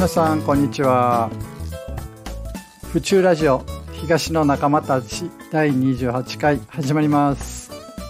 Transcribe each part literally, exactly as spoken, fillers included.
皆さんこんにちは。府中ラジオ東の仲間たちだいにじゅうはちかい始まります。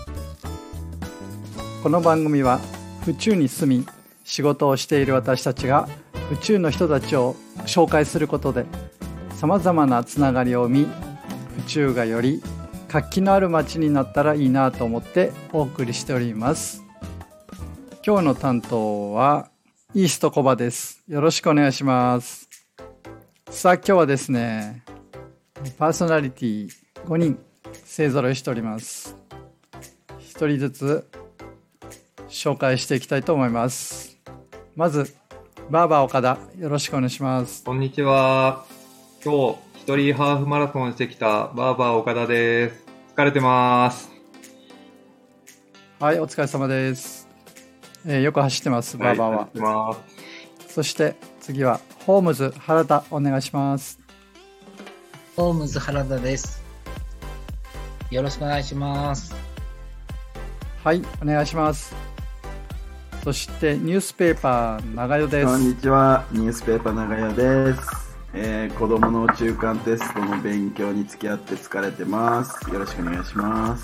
この番組は府中に住み仕事をしている私たちが府中の人たちを紹介することでさまざまなつながりを生み、府中がより活気のある街になったらいいなと思ってお送りしております。今日の担当はイーストコバです。よろしくお願いします。さあ今日はですね、パーソナリティごにん勢ぞろいしております。ひとりずつ紹介していきたいと思います。まずバーバー岡田、よろしくお願いします。 こんにちは。今日一人ハーフマラソンしてきたバーバー岡田です。疲れてます。 はい、お疲れ様です。えー、よく走ってます、バーバーは。 はい、走ってます。 そして次はホームズ原田、お願いします。 ホームズ原田です。よろしくお願いします。 はい、お願いします。そしてニュースペーパー長代です。 こんにちは、ニュースペーパー長代です。えー、子供の中間テストの勉強に付き合って疲れてます。よろしくお願いします。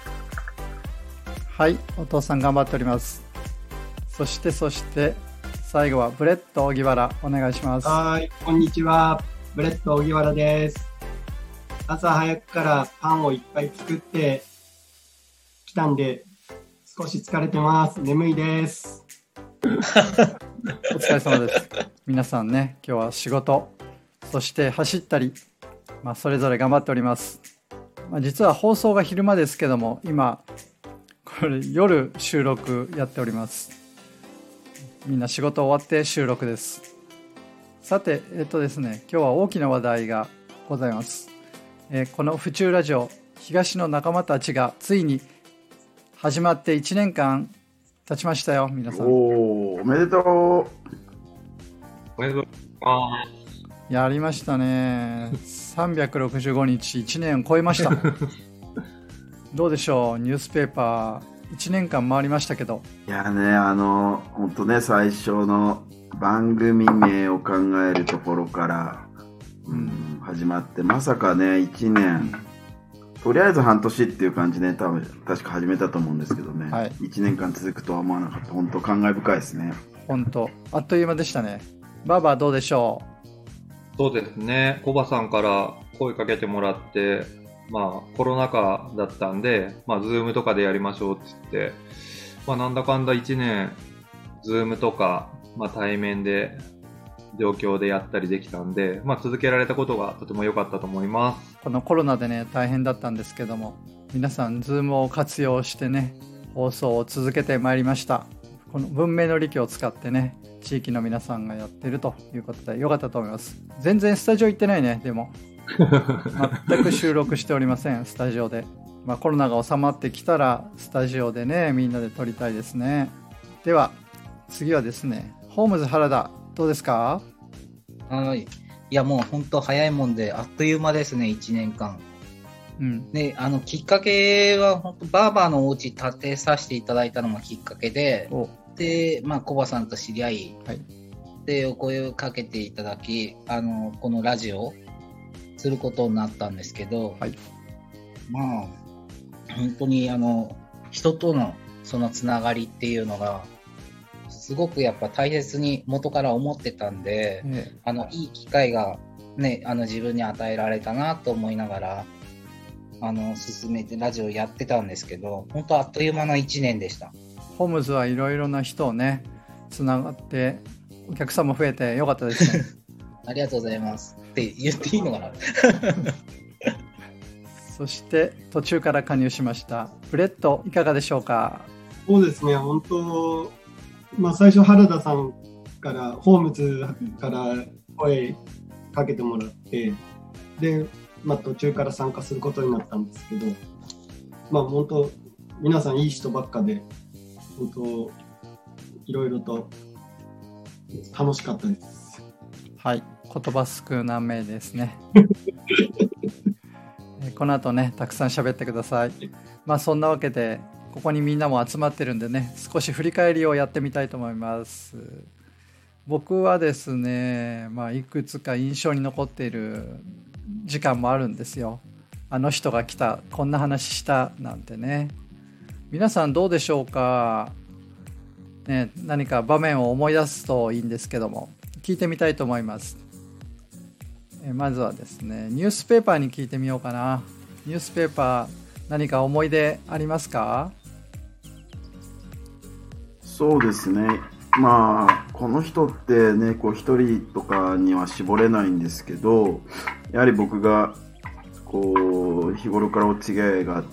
はい、お父さん頑張っております。そしてそして最後はブレッド荻原、お願いします。 はい、こんにちは、ブレッド荻原です。朝早くからパンをいっぱい作ってきたんで少し疲れてます。眠いです。 お疲れ様です。皆さんね、今日は仕事、そして走ったり、まあ、それぞれ頑張っております。まあ、実は放送が昼間ですけども、今これ夜収録やっております。みんな仕事終わって収録です。さて、えっとですね、今日は大きな話題がございます。えー、この府中ラジオ東の仲間たちがついに始まっていちねんかん経ちましたよ、皆さん。 おー、おめでとう。 おめでとうございます。 やりましたね。さんびゃくろくじゅうごにち、いちねんを超えました。どうでしょう、ニュースペーパーいちねんかん回りましたけど。 いやね、あの本当ね、最初の番組名を考えるところから、うん、始まって、まさかねいちねん、とりあえず半年っていう感じで、ね、多分確か始めたと思うんですけどね、はい、いちねんかん続くとは思わなかった。本当感慨深いですね。 本当あっという間でしたね。バーバーどうでしょう。 そうですね、コバさんから声かけてもらって、まあコロナ禍だったんで、まあズームとかでやりましょうって言って、まあなんだかんだいちねんズームとか、まあ対面で状況でやったりできたんで、まあ続けられたことがとても良かったと思います。 このコロナでね大変だったんですけども、皆さんズームを活用してね放送を続けてまいりました。この文明の利器を使ってね地域の皆さんがやってるということで良かったと思います。全然スタジオ行ってないね。でも全く収録しておりません、スタジオで。まあ、コロナが収まってきたらスタジオでねみんなで撮りたいですね。では次はですね、ホームズ原田どうですか。 はい、いやもう本当早いもんであっという間ですね、いちねんかん。うん、であのきっかけは本当バーバーのお家建てさせていただいたのがきっかけで、でまあコバさんと知り合い、はい、でお声をかけていただき、あのこのラジオをすることになったんですけど、はい、まあ本当にあの人とのそのつながりっていうのがすごくやっぱ大切に元から思ってたんで、ね、あのいい機会がね、あの自分に与えられたなと思いながらあの進めてラジオやってたんですけど、本当あっという間のいちねんでした。 ホームズはいろいろな人をねつながってお客さんも増えてよかったですね。 ありがとうございますって言っていいのかな。 そして途中から加入しましたブレッド、いかがでしょうか。 そうですね、本当、まあ、最初原田さんからホームズから声かけてもらって、で、まあ、途中から参加することになったんですけど、まあ本当皆さんいい人ばっかで、本当いろいろと楽しかったです。 はい、言葉少なめですね。この後ねたくさん喋ってください。まあそんなわけでここにみんなも集まってるんでね、少し振り返りをやってみたいと思います。 僕はですね、まあ、いくつか印象に残っている時間もあるんですよ。あの人が来た、こんな話したなんてね。皆さんどうでしょうか、ね、何か場面を思い出すといいんですけども、聞いてみたいと思います。えまずはですね、ニュースペーパーに聞いてみようかな。ニュースペーパー、何か思い出ありますか？ そうですね。まあこの人ってね、こう一人とかには絞れないんですけど、やはり僕がこう日頃からお違いがあって、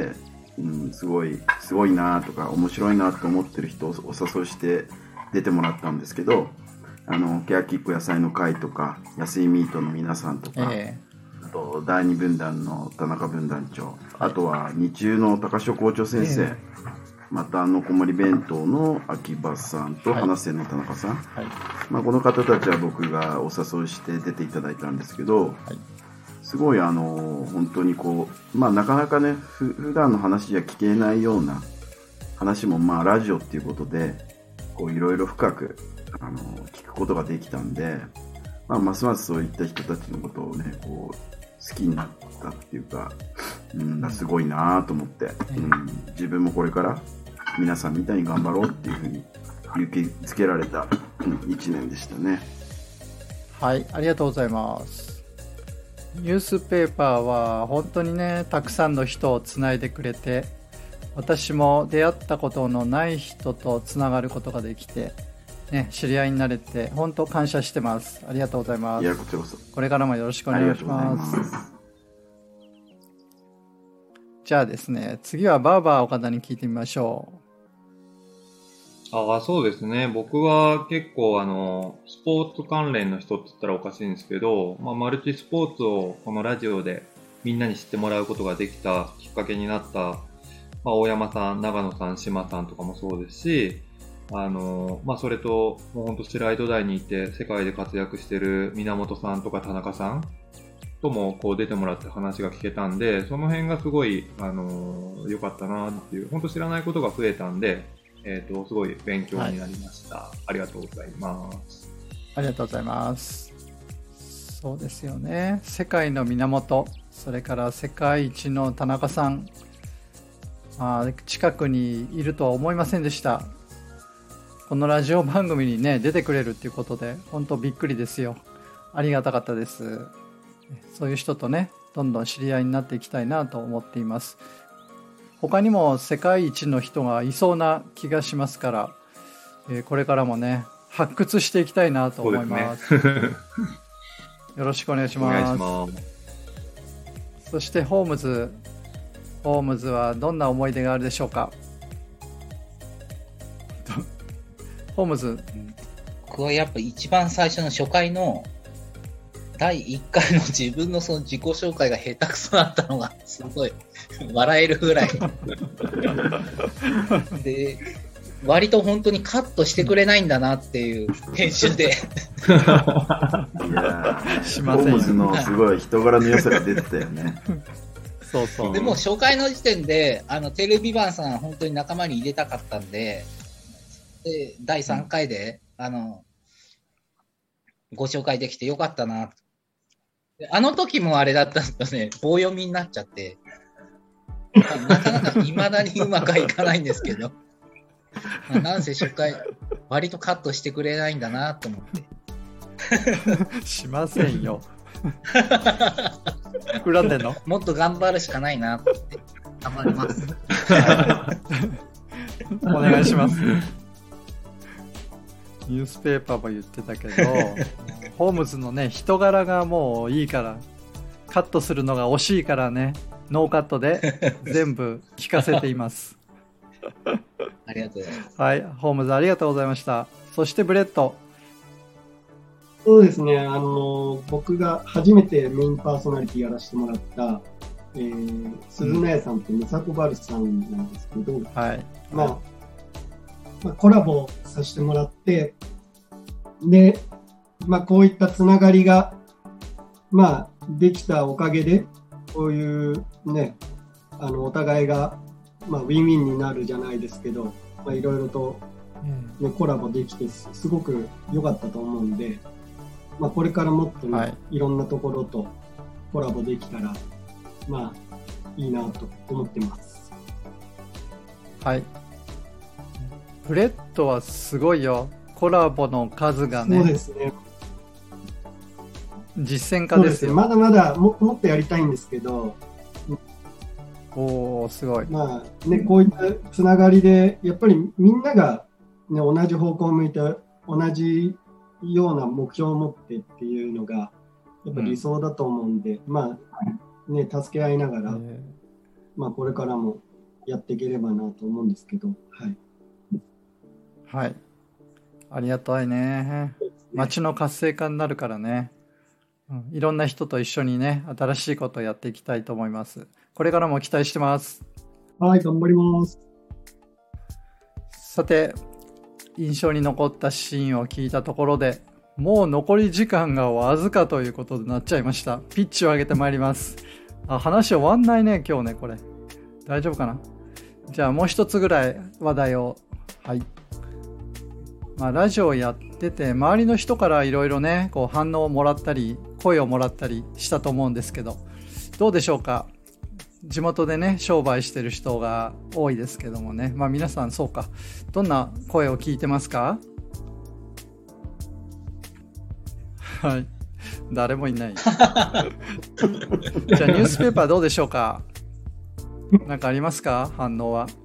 うん、すごいすごいなとか面白いなと思ってる人をお誘いして出てもらったんですけど、あのケヤキック野菜の会とか安いミートの皆さんとか、えー、あと第二分団の田中分団長、あとは日中の高潮校長先生、えーまたあの小森弁当の秋葉さんと花瀬の田中さん、はいはい、まあ、この方たちは僕がお誘いして出ていただいたんですけど、はい、すごいあの本当にこう、まあ、なかなかねふ普段の話じゃ聞けないような話も、まあラジオっていうことでこういろいろ深くあの聞くことができたんで、まあ、ますますそういった人たちのことをねこう好きになったっていうか、うん、すごいなと思って、うん、自分もこれから皆さんみたいに頑張ろうっていうふうに勇気づけられたいちねんでしたね。 はい、ありがとうございます。ニュースペーパーは本当にねたくさんの人をつないでくれて、私も出会ったことのない人とつながることができて、ね、知り合いになれて本当感謝してます。ありがとうございます。 いやこちらこそこれからもよろしくお願いします。じゃあですね、次はバーバー岡田に聞いてみましょう。 ああ、そうですね。僕は結構あの、スポーツ関連の人って言ったらおかしいんですけど、まあ、マルチスポーツをこのラジオでみんなに知ってもらうことができたきっかけになった、まあ、大山さん、長野さん、島さんとかもそうですし、あの、まあ、それと、もう本当スライド台にいて世界で活躍してる源さんとか田中さんともこう出てもらって話が聞けたんで、その辺がすごい、あの、良かったなっていう、本当知らないことが増えたんで、えーと、すごい勉強になりました、はい、ありがとうございます。 ありがとうございます。そうですよね、世界の源、それから世界一の田中さん、まあ、近くにいるとは思いませんでした。このラジオ番組にね出てくれるっていうことで本当びっくりですよ。ありがたかったです。そういう人とねどんどん知り合いになっていきたいなと思っています。他にも世界一の人がいそうな気がしますから、えー、これからもね発掘していきたいなと思います。そうですね、よろしくお願いします。お願いします。そしてホームズホームズはどんな思い出があるでしょうか。ホームズ、 僕はやっぱ一番最初の初回のだいいっかいの自分のその自己紹介が下手くそだったのがすごい笑えるぐらいで、割と本当にカットしてくれないんだなっていう編集でいやしませんよ。ホームズのすごい人柄の良さが出てたよねそうそう。 でも初回の時点であのテレビ版さん本当に仲間に入れたかったんで、でだいさんかいで、うん、あのご紹介できてよかったな。あの時もあれだったんですよね、棒読みになっちゃって、なかなか未だにうまくはいかないんですけど、まあ、なんせ初回割とカットしてくれないんだなと思ってしませんよ膨らんでんのもっと頑張るしかないなって頑張りますお願いします。ニュースペーパーも言ってたけどホームズのね人柄がもういいから、カットするのが惜しいからねノーカットで全部聞かせていますありがとうございます。 はい、ホームズありがとうございました。そしてブレット。 そうですね、あの僕が初めてメインパーソナリティやらせてもらった、えー、鈴乃屋さんとムサコバルさんなんですけど、 はい、 まあまあ、コラボさせてもらって、で、まあ、こういったつながりが、まあ、できたおかげで、こういうね、あの、お互いが、まあ、ウィンウィンになるじゃないですけど、まあ、いろいろとね、コラボできてすごく良かったと思うんで、まあ、これからもっと、ね、はい、いろんなところとコラボできたらまあいいなと思ってます。 はい。ブレッドはすごいよ。コラボの数がね。 そうですね。 実践家ですよ。 そうですね。まだまだ も, もっとやりたいんですけど。 おー、すごい。 まあね、こういったつながりでやっぱりみんなが、ね、同じ方向を向いて同じような目標を持ってっていうのがやっぱり理想だと思うんで、うん、まあね、助け合いながら、まあ、これからもやっていければなと思うんですけど、はい。 はい。ありがたいね。街の活性化になるからね。うん、いろんな人と一緒にね、新しいことをやっていきたいと思います。これからも期待してます。 はい、頑張ります。 さて、印象に残ったシーンを聞いたところで、もう残り時間がわずかということになっちゃいました。ピッチを上げてまいります。あ、話終わんないね、今日ね、これ。大丈夫かな？じゃあもう一つぐらい話題を。はい。まあ、ラジオをやってて、周りの人からいろいろね、こう反応をもらったり、声をもらったりしたと思うんですけど、どうでしょうか？地元でね、商売してる人が多いですけどもね。まあ皆さんそうか。どんな声を聞いてますか？はい。誰もいない。じゃあニュースペーパーどうでしょうか？なんかありますか？反応は。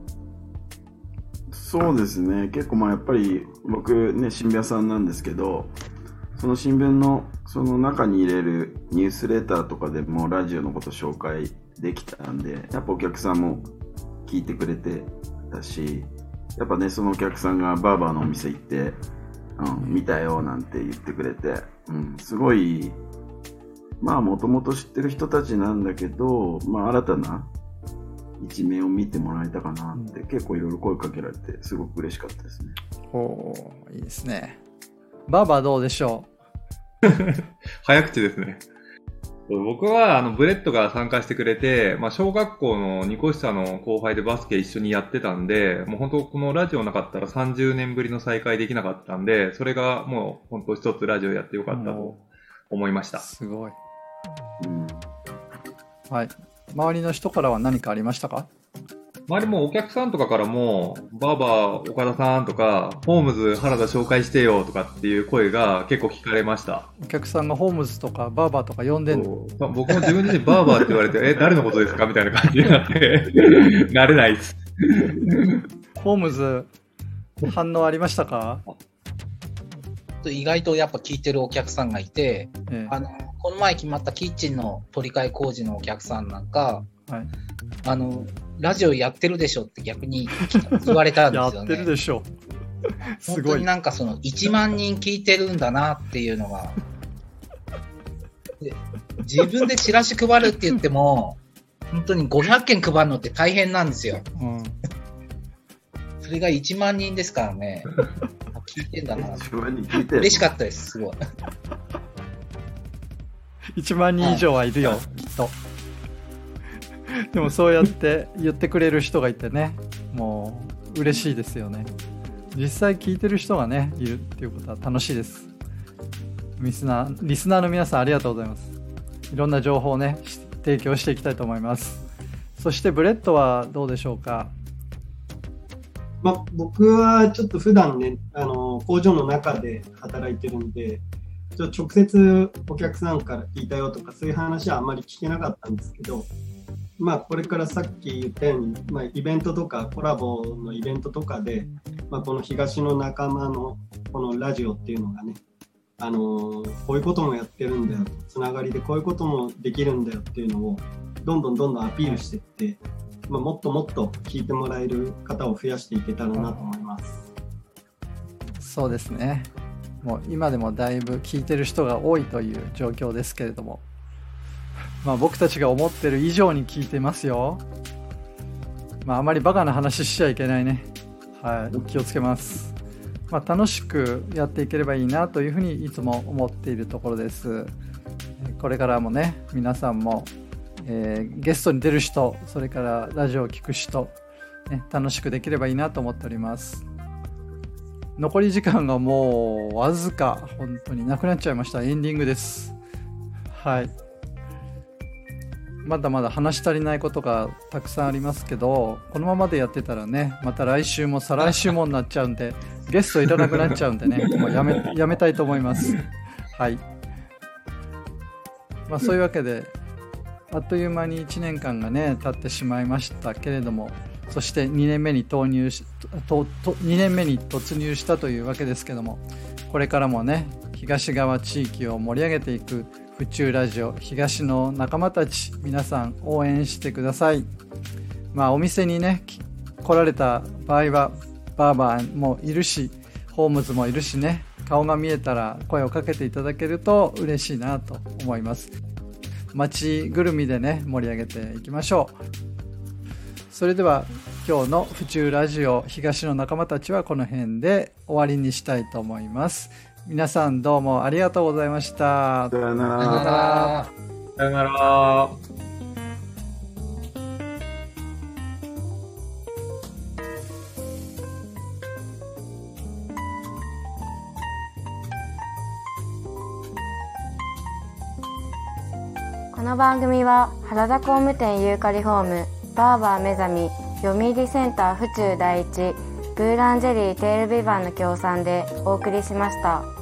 そうですね。結構まあやっぱり僕ね、新聞屋さんなんですけど、その新聞のその中に入れるニュースレターとかでもラジオのこと紹介できたんで、やっぱお客さんも聞いてくれてたし、やっぱね、そのお客さんがバーバーのお店行って、うん、見たよなんて言ってくれて、うん、すごい、まあもともと知ってる人たちなんだけど、まあ新たな一面を見てもらえたかなって、うん、結構いろいろ声かけられてすごく嬉しかったですね。 おー、いいですね。バーバーどうでしょう早口ですね。僕はあのブレッドが参加してくれて、まあ、小学校のにこ下の後輩でバスケ一緒にやってたんで、もう本当このラジオなかったらさんじゅうねんぶりの再会できなかったんで、それがもう本当一つラジオやってよかったと思いました。 すごい、うん、はい。周りの人からは何かありましたか？ 周りもお客さんとかからも、バーバー岡田さんとか、ホームズ原田紹介してよとかっていう声が結構聞かれました。 お客さんがホームズとかバーバーとか呼んでんの？ 僕も自分自身バーバーって言われて、え、誰のことですかみたいな感じになって、慣れないです。 ホームズ、反応ありましたか？ 意外とやっぱ聞いてるお客さんがいて、ええ、あのこの前決まったキッチンの取り替え工事のお客さんなんか、はい、あのラジオやってるでしょって逆に言われたんですよね。 やってるでしょ。 すごい。本当になんかそのいちまんにん聞いてるんだなっていうのが。で自分でチラシ配るって言っても、本当にごひゃっけん配るのって大変なんですよ。うん、それがいちまんにんですからね。聞いてんだな。嬉しかったです、すごい。 いちまんにん以上はいるよ、きっと。でもそうやって言ってくれる人がいてね、もう嬉しいですよね。実際聞いてる人がね、いるっていうことは楽しいです。リスナー、リスナーの皆さんありがとうございます。いろんな情報をね、提供していきたいと思います。そしてブレッドはどうでしょうか？ まあ、僕はちょっと普段ね、あの工場の中で働いてるんで、ちょっと直接お客さんから聞いたよとかそういう話はあんまり聞けなかったんですけど、まあ、これからさっき言ったように、まあ、イベントとかコラボのイベントとかで、まあ、この東の仲間のこのラジオっていうのがね、あのー、こういうこともやってるんだよ、つながりでこういうこともできるんだよっていうのをどんどんどんどんアピールしていって、まあ、もっともっと聞いてもらえる方を増やしていけたらなと思います。 そうですね。もう今でもだいぶ聞いてる人が多いという状況ですけれども、まあ、僕たちが思ってる以上に聞いてますよ。まあ、あまりバカな話しちゃいけないね。はい、気をつけます。まあ、楽しくやっていければいいなというふうにいつも思っているところです。これからもね、皆さんも、えー、ゲストに出る人、それからラジオを聞く人、ね、楽しくできればいいなと思っております。 残り時間がもうわずか本当になくなっちゃいました。エンディングです。はい。まだまだ話し足りないことがたくさんありますけど、このままでやってたらね、また来週も再来週もになっちゃうんで、ゲストいらなくなっちゃうんでね、もうやめ、やめたいと思います。はい。まあそういうわけで、あっという間にいちねんかんがね、経ってしまいましたけれども、そしてにねんめに投入し、と、と、にねんめに突入したというわけですけども、これからもね、東側地域を盛り上げていく府中ラジオ東の仲間たち、皆さん応援してください。まあお店にね来られた場合はバーバーもいるし、ホームズもいるしね、顔が見えたら声をかけていただけると嬉しいなと思います。街ぐるみでね盛り上げていきましょう。それでは今日の府中ラジオ東の仲間たちはこの辺で終わりにしたいと思います。皆さんどうもありがとうございました。 さよなら。 さよなら。 この番組は原田工務店ユーカリホーム、バーバー目覚み、読売センター府中第一、ブーランジェリーテールビバンの協賛でお送りしました。